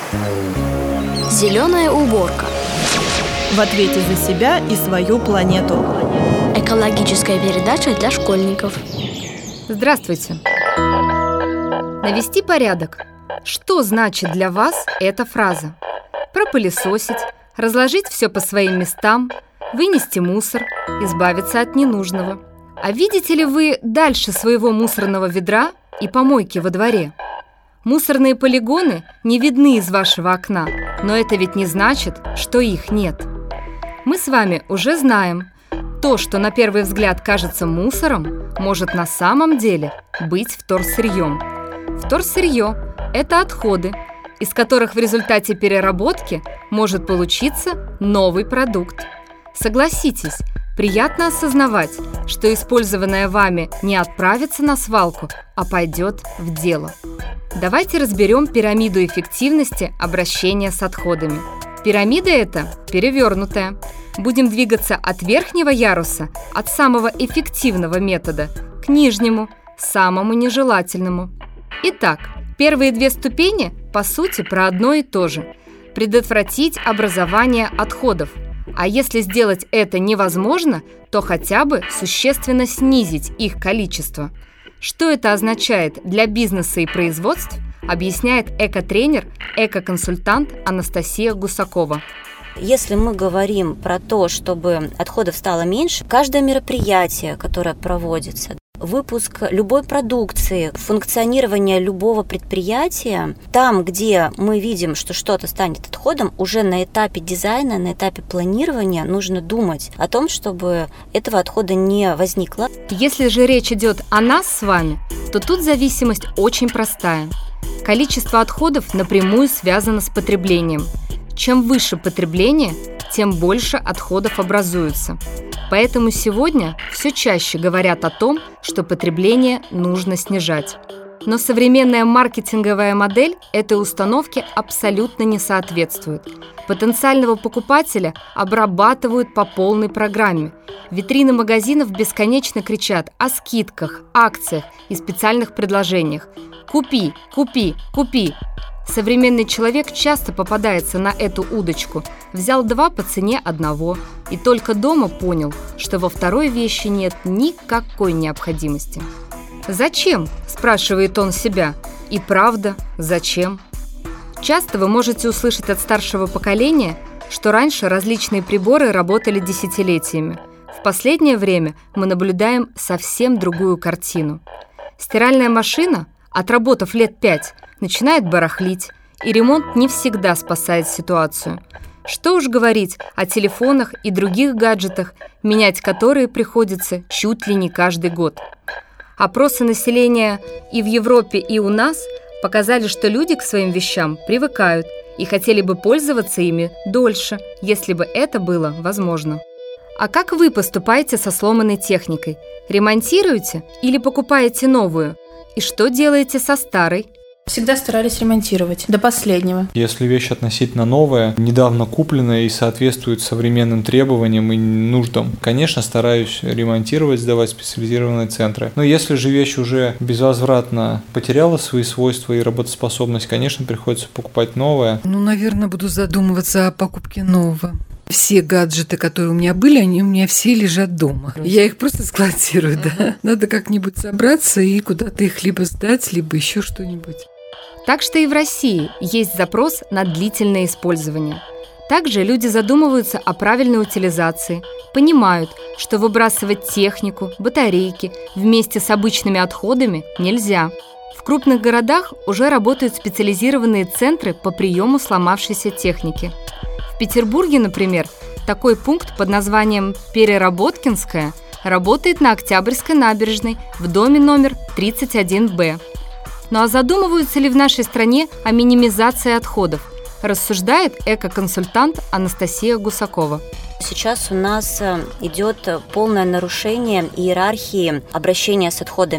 Зеленая уборка. В ответе за себя и свою планету. Экологическая передача для школьников. Здравствуйте. Навести порядок. Что значит для вас эта фраза? Пропылесосить, разложить все по своим местам, вынести мусор, избавиться от ненужного. А видите ли вы дальше своего мусорного ведра и помойки во дворе? Мусорные полигоны не видны из вашего окна, но это ведь не значит, что их нет. Мы с вами уже знаем, то, что на первый взгляд кажется мусором, может на самом деле быть вторсырьем. Вторсырье – это отходы, из которых в результате переработки может получиться новый продукт. Согласитесь, приятно осознавать, что использованное вами не отправится на свалку, а пойдет в дело. Давайте разберем пирамиду эффективности обращения с отходами. Пирамида эта перевернутая. Будем двигаться от верхнего яруса, от самого эффективного метода, к нижнему, самому нежелательному. Итак, первые две ступени, по сути, про одно и то же. Предотвратить образование отходов. А если сделать это невозможно, то хотя бы существенно снизить их количество. Что это означает для бизнеса и производств, объясняет экотренер, экоконсультант Анастасия Гусакова. Если мы говорим про то, чтобы отходов стало меньше, каждое мероприятие, которое проводится, выпуск любой продукции, функционирование любого предприятия, там, где мы видим, что что-то станет отходом, уже на этапе дизайна, на этапе планирования нужно думать о том, чтобы этого отхода не возникло. Если же речь идет о нас с вами, то тут зависимость очень простая. Количество отходов напрямую связано с потреблением. Чем выше потребление, тем больше отходов образуется. Поэтому сегодня все чаще говорят о том, что потребление нужно снижать. Но современная маркетинговая модель этой установке абсолютно не соответствует. Потенциального покупателя обрабатывают по полной программе. Витрины магазинов бесконечно кричат о скидках, акциях и специальных предложениях. «Купи, купи, купи!» Современный человек часто попадается на эту удочку. Взял два по цене одного. И только дома понял, что во второй вещи нет никакой необходимости. «Зачем?» – спрашивает он себя. И правда, зачем? Часто вы можете услышать от старшего поколения, что раньше различные приборы работали десятилетиями. В последнее время мы наблюдаем совсем другую картину. Стиральная машина, отработав лет 5, начинает барахлить, и ремонт не всегда спасает ситуацию. Что уж говорить о телефонах и других гаджетах, менять которые приходится чуть ли не каждый год. Опросы населения и в Европе, и у нас показали, что люди к своим вещам привыкают и хотели бы пользоваться ими дольше, если бы это было возможно. А как вы поступаете со сломанной техникой? Ремонтируете или покупаете новую? И что делаете со старой? Всегда старались ремонтировать, до последнего. Если вещь относительно новая, недавно купленная и соответствует современным требованиям и нуждам, конечно, стараюсь ремонтировать, сдавать в специализированные центры. Но если же вещь уже безвозвратно потеряла свои свойства и работоспособность, конечно, приходится покупать новое. Наверное, буду задумываться о покупке нового. Все гаджеты, которые у меня были, они у меня все лежат дома. Я их просто складирую, да. Надо как-нибудь собраться и куда-то их либо сдать, либо еще что-нибудь. Так что и в России есть запрос на длительное использование. Также люди задумываются о правильной утилизации, понимают, что выбрасывать технику, батарейки вместе с обычными отходами нельзя. В крупных городах уже работают специализированные центры по приему сломавшейся техники. В Петербурге, например, такой пункт под названием «Переработкинская» работает на Октябрьской набережной в доме номер 31Б. Ну а задумываются ли в нашей стране о минимизации отходов, рассуждает экоконсультант Анастасия Гусакова. Сейчас у нас идет полное нарушение иерархии обращения с отходами.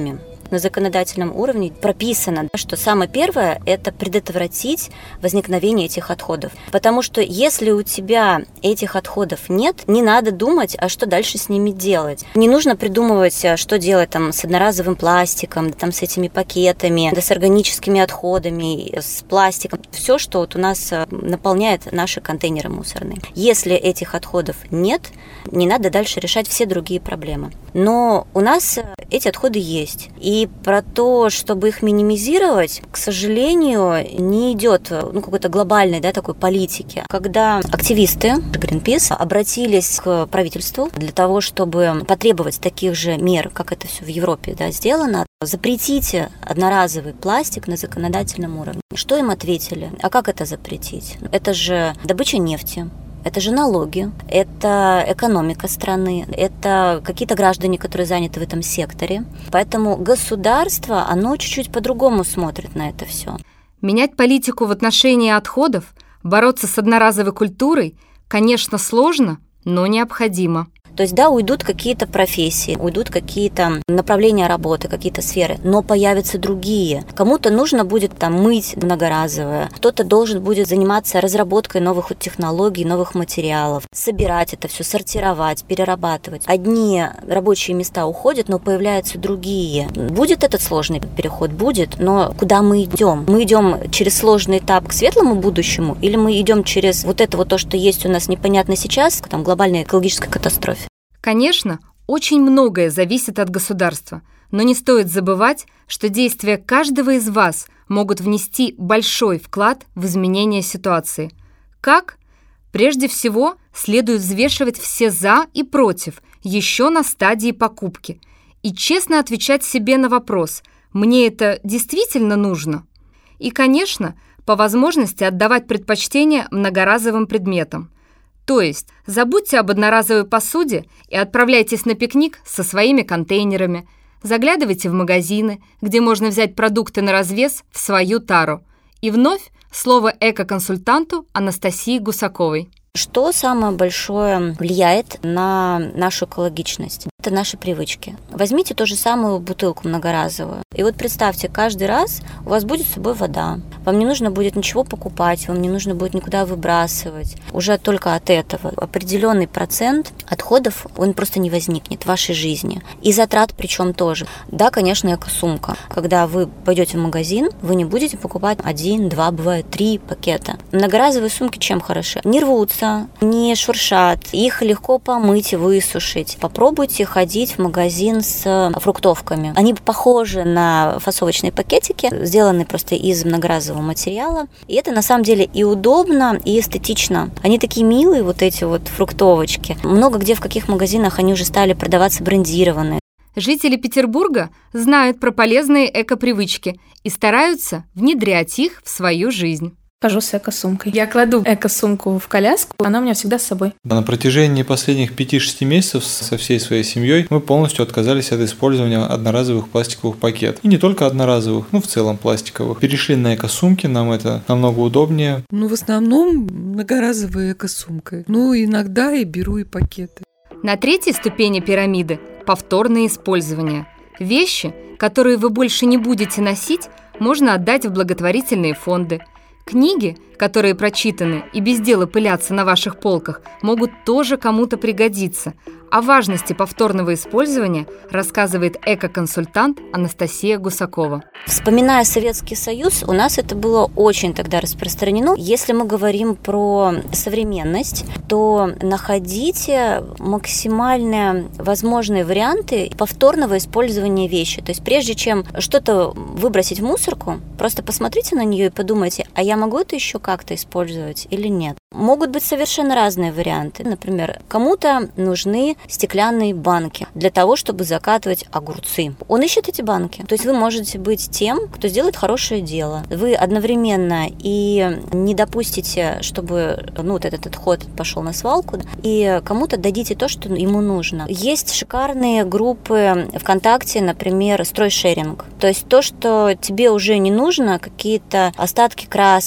На законодательном уровне прописано, что самое первое – это предотвратить возникновение этих отходов. Потому что если у тебя этих отходов нет, не надо думать, а что дальше с ними делать. Не нужно придумывать, что делать там с одноразовым пластиком, там с этими пакетами, да, с органическими отходами, с пластиком. Все, что вот у нас наполняет наши контейнеры мусорные. Если этих отходов нет, не надо дальше решать все другие проблемы. Но у нас эти отходы есть. И про то, чтобы их минимизировать, к сожалению, не идет какой-то глобальной, да, такой политики. Когда активисты Greenpeace обратились к правительству для того, чтобы потребовать таких же мер, как это все в Европе, да, сделано, запретите одноразовый пластик на законодательном уровне. Что им ответили? А как это запретить? Это же добыча нефти. Это же налоги, это экономика страны, это какие-то граждане, которые заняты в этом секторе. Поэтому государство, оно чуть-чуть по-другому смотрит на это все. Менять политику в отношении отходов, бороться с одноразовой культурой, конечно, сложно, но необходимо. То есть, да, уйдут какие-то профессии, уйдут какие-то направления работы, какие-то сферы, но появятся другие. Кому-то нужно будет там мыть многоразовое, кто-то должен будет заниматься разработкой новых технологий, новых материалов, собирать это все, сортировать, перерабатывать. Одни рабочие места уходят, но появляются другие. Будет этот сложный переход? Будет, но куда мы идем? Мы идем через сложный этап к светлому будущему или мы идем через вот это вот то, что есть у нас непонятно сейчас, к там, глобальной экологической катастрофе? Конечно, очень многое зависит от государства, но не стоит забывать, что действия каждого из вас могут внести большой вклад в изменение ситуации. Как? Прежде всего, следует взвешивать все «за» и «против» еще на стадии покупки и честно отвечать себе на вопрос «мне это действительно нужно?» И, конечно, по возможности отдавать предпочтение многоразовым предметам. То есть забудьте об одноразовой посуде и отправляйтесь на пикник со своими контейнерами. Заглядывайте в магазины, где можно взять продукты на развес в свою тару. И вновь слово эко-консультанту Анастасии Гусаковой. Что самое большое влияет на нашу экологичность? Это наши привычки. Возьмите ту же самую бутылку многоразовую. И вот представьте, каждый раз у вас будет с собой вода. Вам не нужно будет ничего покупать, вам не нужно будет никуда выбрасывать. Уже только от этого определенный процент отходов, он просто не возникнет в вашей жизни. И затрат причем тоже. Да, конечно, эко-сумка. Когда вы пойдете в магазин, вы не будете покупать 1, 2, бывает 3 пакета. Многоразовые сумки чем хороши? Не рвутся, не шуршат, их легко помыть и высушить. Попробуйте ходить в магазин с фруктовками. Они похожи на фасовочные пакетики, сделаны просто из многоразового материала. И это на самом деле и удобно, и эстетично. Они такие милые, вот эти вот фруктовочки. Много где в каких магазинах они уже стали продаваться брендированные. Жители Петербурга знают про полезные эко-привычки и стараются внедрять их в свою жизнь. Хожу с эко-сумкой. Я кладу эко-сумку в коляску, она у меня всегда с собой. На протяжении последних 5-6 месяцев со всей своей семьей мы полностью отказались от использования одноразовых пластиковых пакетов. И не только одноразовых, но в целом пластиковых. Перешли на эко-сумки, нам это намного удобнее. В основном многоразовая эко-сумка. Иногда и беру и пакеты. На третьей ступени пирамиды – повторное использование. Вещи, которые вы больше не будете носить, можно отдать в благотворительные фонды. Книги, которые прочитаны и без дела пылятся на ваших полках, могут тоже кому-то пригодиться. О важности повторного использования рассказывает эко-консультант Анастасия Гусакова. Вспоминая Советский Союз, у нас это было очень тогда распространено. Если мы говорим про современность, то находите максимально возможные варианты повторного использования вещи. То есть прежде чем что-то выбросить в мусорку, просто посмотрите на нее и подумайте, а я могу это еще как-то использовать или нет? Могут быть совершенно разные варианты. Например, кому-то нужны стеклянные банки для того, чтобы закатывать огурцы. Он ищет эти банки. То есть вы можете быть тем, кто сделает хорошее дело. Вы одновременно и не допустите, чтобы вот этот отход пошел на свалку, и кому-то дадите то, что ему нужно. Есть шикарные группы ВКонтакте, например, стройшеринг. То есть то, что тебе уже не нужно, какие-то остатки краски,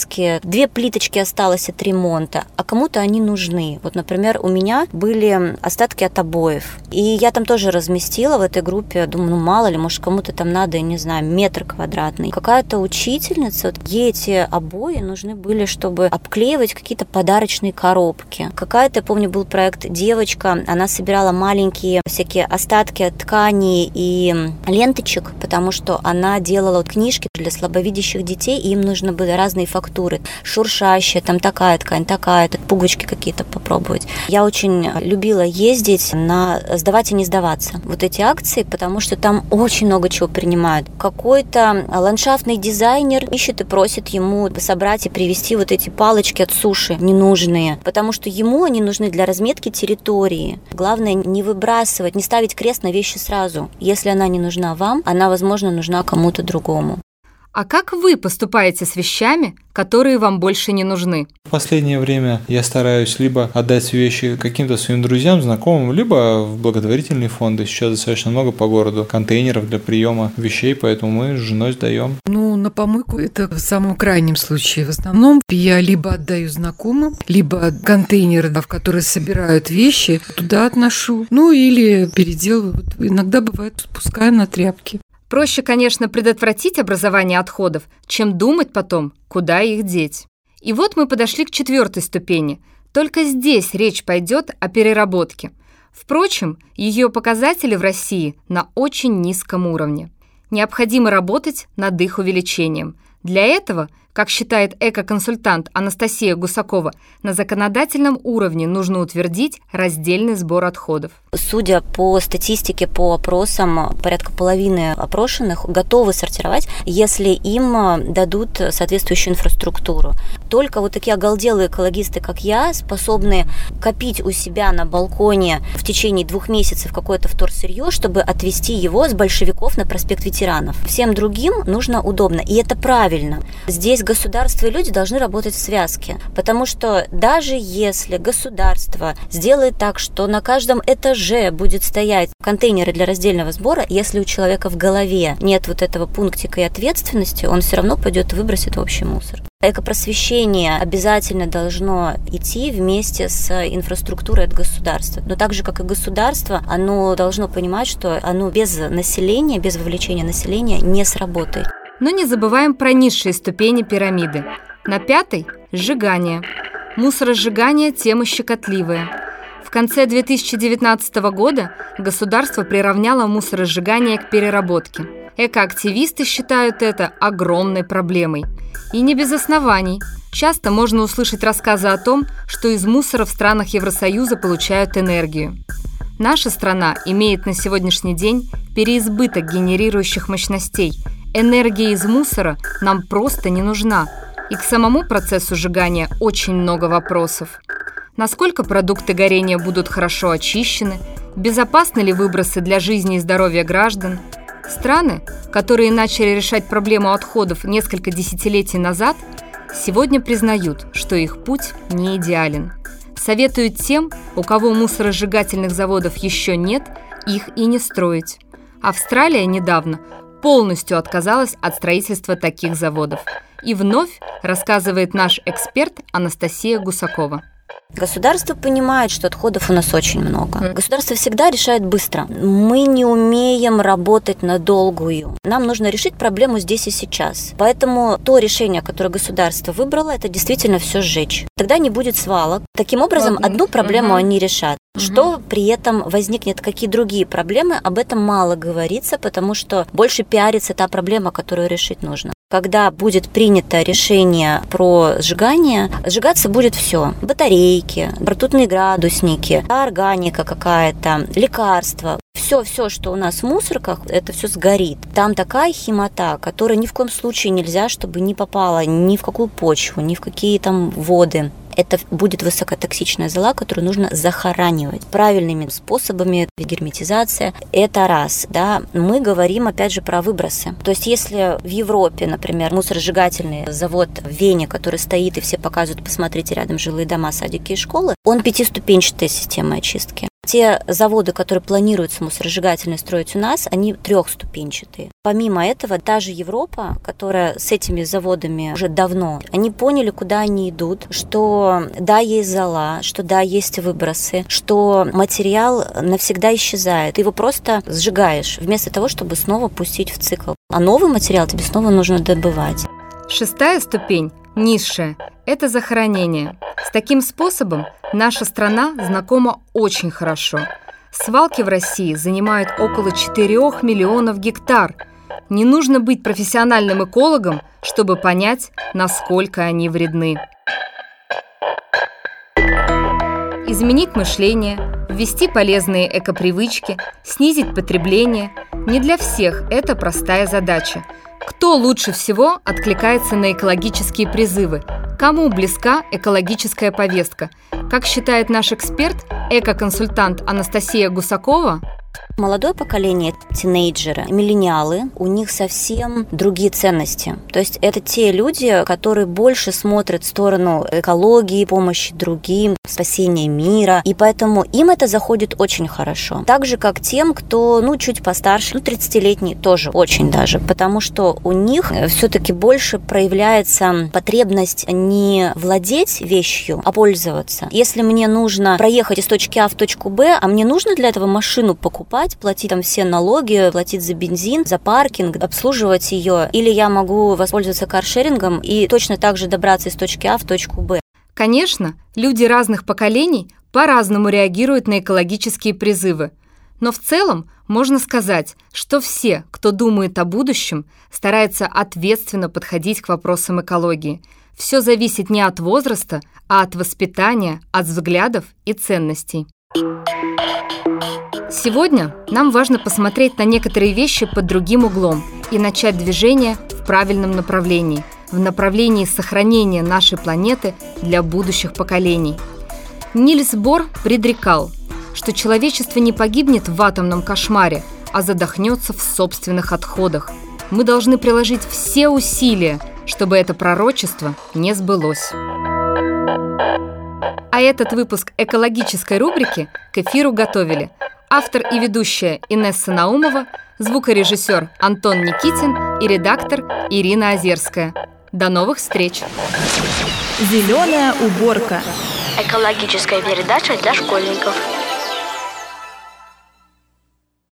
краски, 2 плиточки осталось от ремонта, а кому-то они нужны. Вот, например, у меня были остатки от обоев, и я там тоже разместила в этой группе, думаю, мало ли, может, кому-то там надо, я не знаю, метр квадратный. Какая-то учительница, ей эти обои нужны были, чтобы обклеивать какие-то подарочные коробки. Какая-то, я помню, был проект девочка, она собирала маленькие всякие остатки от ткани и ленточек, потому что она делала книжки для слабовидящих детей, и им нужны были разные фактуры. Шуршащая, там такая ткань, такая, пуговички какие-то попробовать. Я очень любила ездить на «Сдавать и не сдаваться». Вот эти акции, потому что там очень много чего принимают. Какой-то ландшафтный дизайнер ищет и просит ему собрать и привезти вот эти палочки от суши ненужные, потому что ему они нужны для разметки территории. Главное не выбрасывать, не ставить крест на вещи сразу. Если она не нужна вам, она, возможно, нужна кому-то другому. А как вы поступаете с вещами, которые вам больше не нужны? В последнее время я стараюсь либо отдать вещи каким-то своим друзьям, знакомым, либо в благотворительные фонды. Сейчас достаточно много по городу контейнеров для приема вещей, поэтому мы с женой сдаем. На помойку это в самом крайнем случае. В основном я либо отдаю знакомым, либо контейнеры, в которые собирают вещи, туда отношу. Или переделываю. Иногда бывает, спускаю на тряпки. Проще, конечно, предотвратить образование отходов, чем думать потом, куда их деть. И вот мы подошли к 4-й ступени. Только здесь речь пойдет о переработке. Впрочем, ее показатели в России на очень низком уровне. Необходимо работать над их увеличением. Для этого, как считает эко-консультант Анастасия Гусакова, на законодательном уровне нужно утвердить раздельный сбор отходов. Судя по статистике, по опросам, порядка половины опрошенных готовы сортировать, если им дадут соответствующую инфраструктуру. Только вот такие оголделые экологисты, как я, способны копить у себя на балконе в течение 2 месяцев какое-то вторсырье, чтобы отвезти его с большевиков на проспект Ветеранов. Всем другим нужно удобно, и это правильно. Здесь государство и люди должны работать в связке, потому что даже если государство сделает так, что на каждом этаже будет стоять контейнеры для раздельного сбора, если у человека в голове нет вот этого пунктика и ответственности, он все равно пойдет и выбросит в общий мусор. Экопросвещение обязательно должно идти вместе с инфраструктурой от государства. Но так же, как и государство, оно должно понимать, что оно без населения, без вовлечения населения не сработает. Но не забываем про низшие ступени пирамиды. На 5-й – сжигание. Мусоросжигание – тема щекотливая. В конце 2019 года государство приравняло мусоросжигание к переработке. Экоактивисты считают это огромной проблемой. И не без оснований. Часто можно услышать рассказы о том, что из мусора в странах Евросоюза получают энергию. Наша страна имеет на сегодняшний день переизбыток генерирующих мощностей. Энергия из мусора нам просто не нужна. И к самому процессу сжигания очень много вопросов. Насколько продукты горения будут хорошо очищены? Безопасны ли выбросы для жизни и здоровья граждан? Страны, которые начали решать проблему отходов несколько десятилетий назад, сегодня признают, что их путь не идеален. Советуют тем, у кого мусоросжигательных заводов еще нет, их и не строить. Австралия недавно полностью отказалась от строительства таких заводов. И вновь рассказывает наш эксперт Анастасия Гусакова. Государство понимает, что отходов у нас очень много. Государство всегда решает быстро. Мы не умеем работать на долгую. Нам нужно решить проблему здесь и сейчас. Поэтому то решение, которое государство выбрало, это действительно все сжечь. Тогда не будет свалок. Таким образом, одну проблему они решат. Что при этом возникнет, какие другие проблемы, об этом мало говорится, потому что больше пиарится та проблема, которую решить нужно. Когда будет принято решение про сжигание, сжигаться будет все. Батарейки, ртутные градусники, органика какая-то, лекарства. Все, что у нас в мусорках, это все сгорит. Там такая химота, которая ни в коем случае нельзя, чтобы не попала ни в какую почву, ни в какие там воды. Это будет высокотоксичная зола, которую нужно захоранивать правильными способами. Герметизация – это раз. Да. Мы говорим, опять же, про выбросы. То есть, если в Европе, например, мусоросжигательный завод в Вене, который стоит, и все показывают, посмотрите, рядом жилые дома, садики и школы, он 5-ступенчатая система очистки. Те заводы, которые планируют мусоросжигательные строить у нас, они 3-ступенчатые. Помимо этого, даже Европа, которая с этими заводами уже давно, они поняли, куда они идут, что да, есть зола, что да, есть выбросы, что материал навсегда исчезает. Ты его просто сжигаешь, вместо того, чтобы снова пустить в цикл. А новый материал тебе снова нужно добывать. 6-я ступень, низшая, это захоронение. С таким способом наша страна знакома очень хорошо. Свалки в России занимают около 4 миллионов гектар. Не нужно быть профессиональным экологом, чтобы понять, насколько они вредны. Изменить мышление, ввести полезные экопривычки, снизить потребление – не для всех это простая задача. Кто лучше всего откликается на экологические призывы? Кому близка экологическая повестка? Как считает наш эксперт, эко-консультант Анастасия Гусакова, молодое поколение, тинейджеры, миллениалы, у них совсем другие ценности. То есть это те люди, которые больше смотрят в сторону экологии, помощи другим, спасения мира. И поэтому им это заходит очень хорошо. Так же, как тем, кто, чуть постарше, 30-летний тоже очень даже. Потому что у них все-таки больше проявляется потребность не владеть вещью, а пользоваться. Если мне нужно проехать из точки А в точку Б, а мне нужно для этого машину покупать, платить там все налоги, платить за бензин, за паркинг, обслуживать ее, или я могу воспользоваться каршерингом и точно так же добраться из точки А в точку Б. Конечно, люди разных поколений по-разному реагируют на экологические призывы. Но в целом можно сказать, что все, кто думает о будущем, стараются ответственно подходить к вопросам экологии. Все зависит не от возраста, а от воспитания, от взглядов и ценностей. Сегодня нам важно посмотреть на некоторые вещи под другим углом и начать движение в правильном направлении, в направлении сохранения нашей планеты для будущих поколений. Нильс Бор предрекал, что человечество не погибнет в атомном кошмаре, а задохнется в собственных отходах. Мы должны приложить все усилия, чтобы это пророчество не сбылось. А этот выпуск экологической рубрики к эфиру готовили автор и ведущая Инесса Наумова, звукорежиссер Антон Никитин и редактор Ирина Озерская. До новых встреч! Зеленая уборка. Экологическая передача для школьников.